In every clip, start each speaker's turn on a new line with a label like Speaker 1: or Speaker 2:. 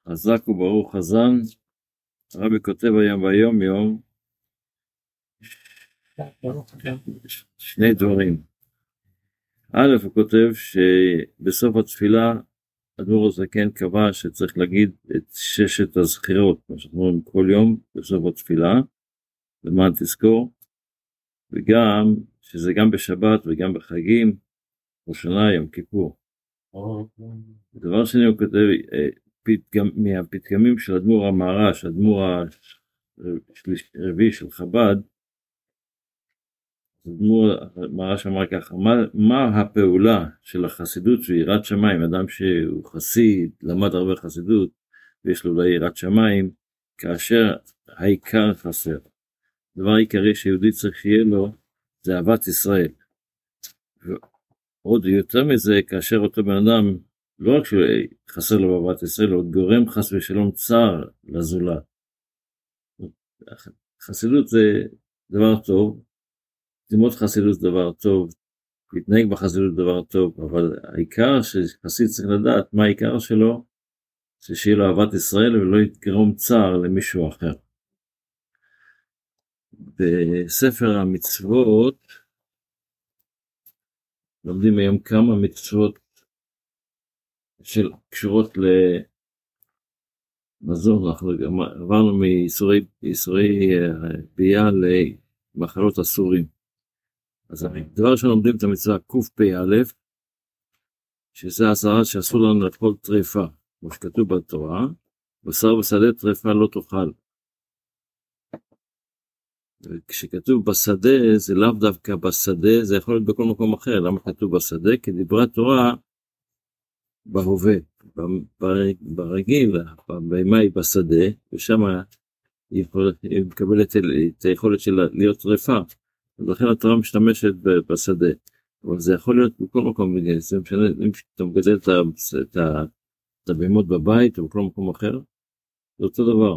Speaker 1: חזק וברוך חזן. הרבי כותב היום ביום יום שני דברים. א', הוא כותב שבסוף התפילה אדמו"ר הזקן קבע שצריך להגיד את 6 הזכירות, מה שאנחנו אומרים כל יום בסוף התפילה, למען תזכור, וגם שזה גם בשבת וגם בחגים, ראש השנה, יום כיפור. דבר שני, הוא כותב מהפתגמים של אדמו"ר המהר"ש, אדמו"ר הרביעי של חב"ד, אדמו"ר המהר"ש אמר ככה, מה הפעולה של החסידות ויראת שמיים, אדם שהוא חסיד, למד הרבה חסידות, ויש לו אולי יראת שמיים, כאשר העיקר חסר. הדבר העיקרי שיהודי צריך שיהיה לו, זה אהבת ישראל. עוד יותר מזה, כאשר אותו בן אדם, לא רק שחסר לו אהבת ישראל, הוא גורם חס ושלום צער לזולת. חסידות זה דבר טוב, ללמוד חסידות זה דבר טוב, להתנהג בחסידות זה דבר טוב, אבל העיקר שחסיד צריך לדעת, מה העיקר שלו, זה שיהיה לו אהבת ישראל ולא יגרום צער למישהו אחר. בספר המצוות, לומדים היום כמה מצוות קשורות למזון. אנחנו עברנו מייסורי ביאה למחלות אסורים. אז דבר ראשון לומדים את המצווה קפ"א, שזה הזהרה שאסור לנו לאכול טרפה, כמו שכתוב בתורה, בשר בשדה טרפה לא תאכל. כשכתוב בשדה, זה לאו דווקא בשדה, זה יכול להיות בכל מקום אחר. למה כתוב בשדה? כי דיברה תורה בהווה, ברגיל, בהמה היא בשדה, ושם היא מקבלת את היכולת שלה להיות טרפה, ולכן התורה משתמשת בשדה. אבל זה יכול להיות בכל מקום, זה משנה, אם אתה מגדל את הבהמות בבית או בכל מקום אחר, זה אותו דבר.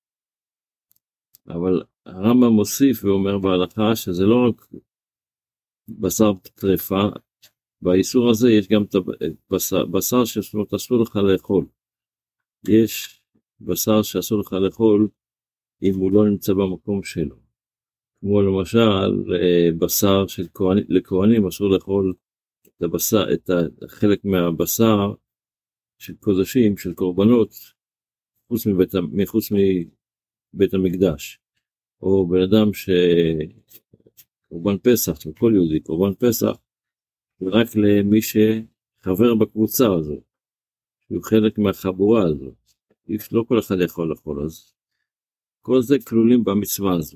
Speaker 1: אבל הרמב"ם מוסיף ואומר בהלכה שזה לא רק בשר טרפה, באיסור הזה יש גם בשר שאסור לך לאכול. יש בשר שאסור לך לאכול אם הוא לא נמצא במקום שלו. כמו למשל בשר של לכהנים אסור לאכול את החלק מהבשר של קודשים, של קורבנות, מחוץ מבית המקדש. או בן אדם קורבן פסח, כל יהודי קורבן פסח, ורק למי שחבר בקבוצה הזו, שהוא חלק מהחבורה הזו. לא כל אחד יכול לאכול, אז כל זה כלולים במצווה הזו.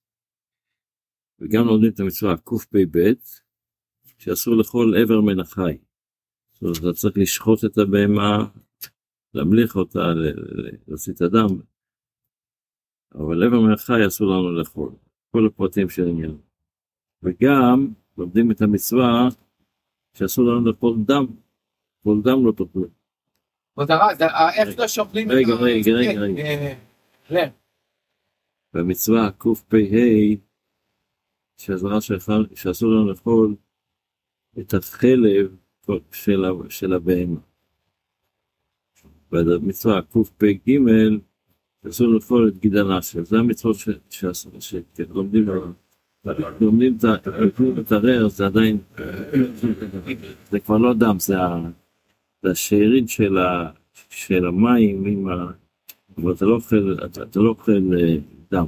Speaker 1: וגם לומדים את המצווה קפ"ב, שאסור לאכול עבר מן החי. זאת אומרת, אתה צריך לשחוט את הבהמה, להמליך אותה, להוציא את הדם, אבל עבר מן החי אסור לנו לאכול. כל הפרטים של העניין. וגם לומדים את המצווה, שאסור לנו לאכול דם. כל דם לא תאכלו.
Speaker 2: איך לא שוקלים?
Speaker 1: רגע. במצווה קפ"ה, שהזרה שאסור לנו לאכול את החלב של הבהמה. במצווה קפ"ג, שאסור לאכול את גידנה של. זה המצוות שלומדים את הרר, זה עדיין, זה כבר לא דם, זה השארית של המים, אבל אתה לא אוכל דם.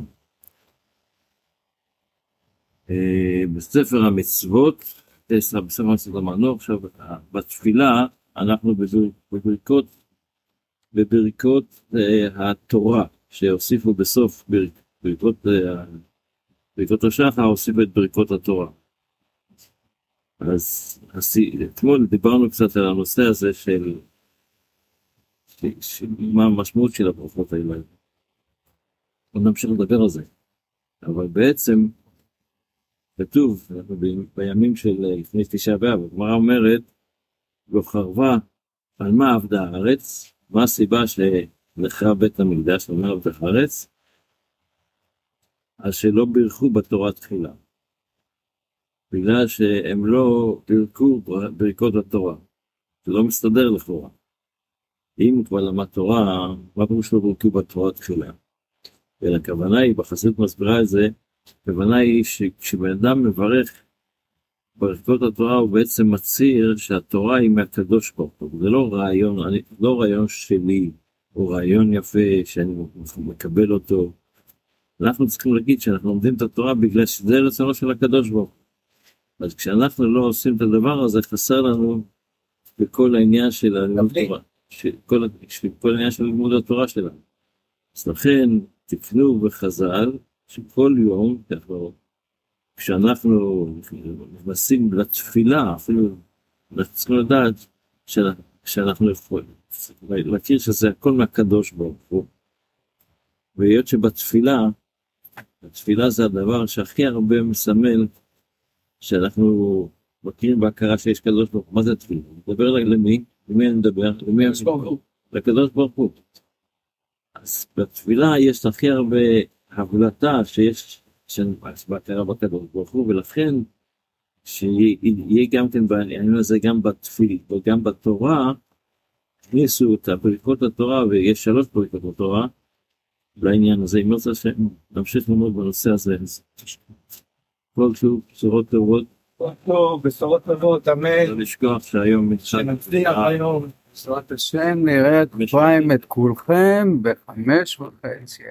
Speaker 1: בספר המצוות, בספר המצוות אמרנו, עכשיו בתפילה אנחנו בברכות התורה, שהוסיפו בסוף ברכות השחר, הוסיפו את ברכות התורה. אז אתמול דיברנו קצת על הנושא הזה של מה המשמעות של הברכות האלה. נמשיך לדבר על זה. אבל בעצם כתוב בימים של לפני תשעה באב, הגמרא אומרת, וחרבה על מה עבדה הארץ, מה הסיבה שנחרב בית המקדש, אומר עבדה הארץ, אז שלא בירכו בתורה תחילה. בגלל שהם לא בירכו ברכות התורה. זה לא מסתדר לכאורה. אם כבר למד תורה, מה פירוש לא ברכו בתורה תחילה? אלא הכוונה היא, בחסידות מסבירה את זה, הכוונה היא שכשבן אדם מברך ברכות התורה, הוא בעצם מצהיר שהתורה היא מהקדוש ברוך הוא. זה לא רעיון, לא רעיון שלי, או רעיון יפה שאני מקבל אותו. אנחנו צריכים להגיד שאנחנו לומדים את התורה בגלל שזה רצונו של הקדוש ברוך הוא. אז כשאנחנו לא עושים את הדבר הזה, חסר לנו בכל העניין של לימוד התורה, כל העניין של לימוד התורה שלנו. אז לכן תפנו בחז"ל שכל יום, כשאנחנו נכנסים לתפילה, אפילו אנחנו צריכים לדעת שאנחנו יכולים להכיר שזה הכל מהקדוש ברוך הוא. והיות שבתפילה, התפילה זה הדבר שהכי הרבה מסמל שאנחנו מכירים בהכרה שיש קדוש ברוך הוא. מה זה תפילה? מדבר למי? למי אני מדבר? לקדוש ברוך הוא. אז בתפילה יש הכי הרבה הבלטה שיש בהכרה בקדוש ברוך הוא, ולכן שיהיה גם כן בעניין הזה גם בתפילה וגם בתורה, הכניסו את ברכות התורה, ויש 3 ברכות התורה לעניין הזה. אם רוצה שנמשיך ללמוד בנושא הזה, כל טוב, בשורות טובות.
Speaker 2: כל טוב, בשורות טובות, אמן.
Speaker 1: לא לשכוח שהיום
Speaker 2: שנצליח היום.
Speaker 3: בעזרת השם נראה את כולכם ב5:30.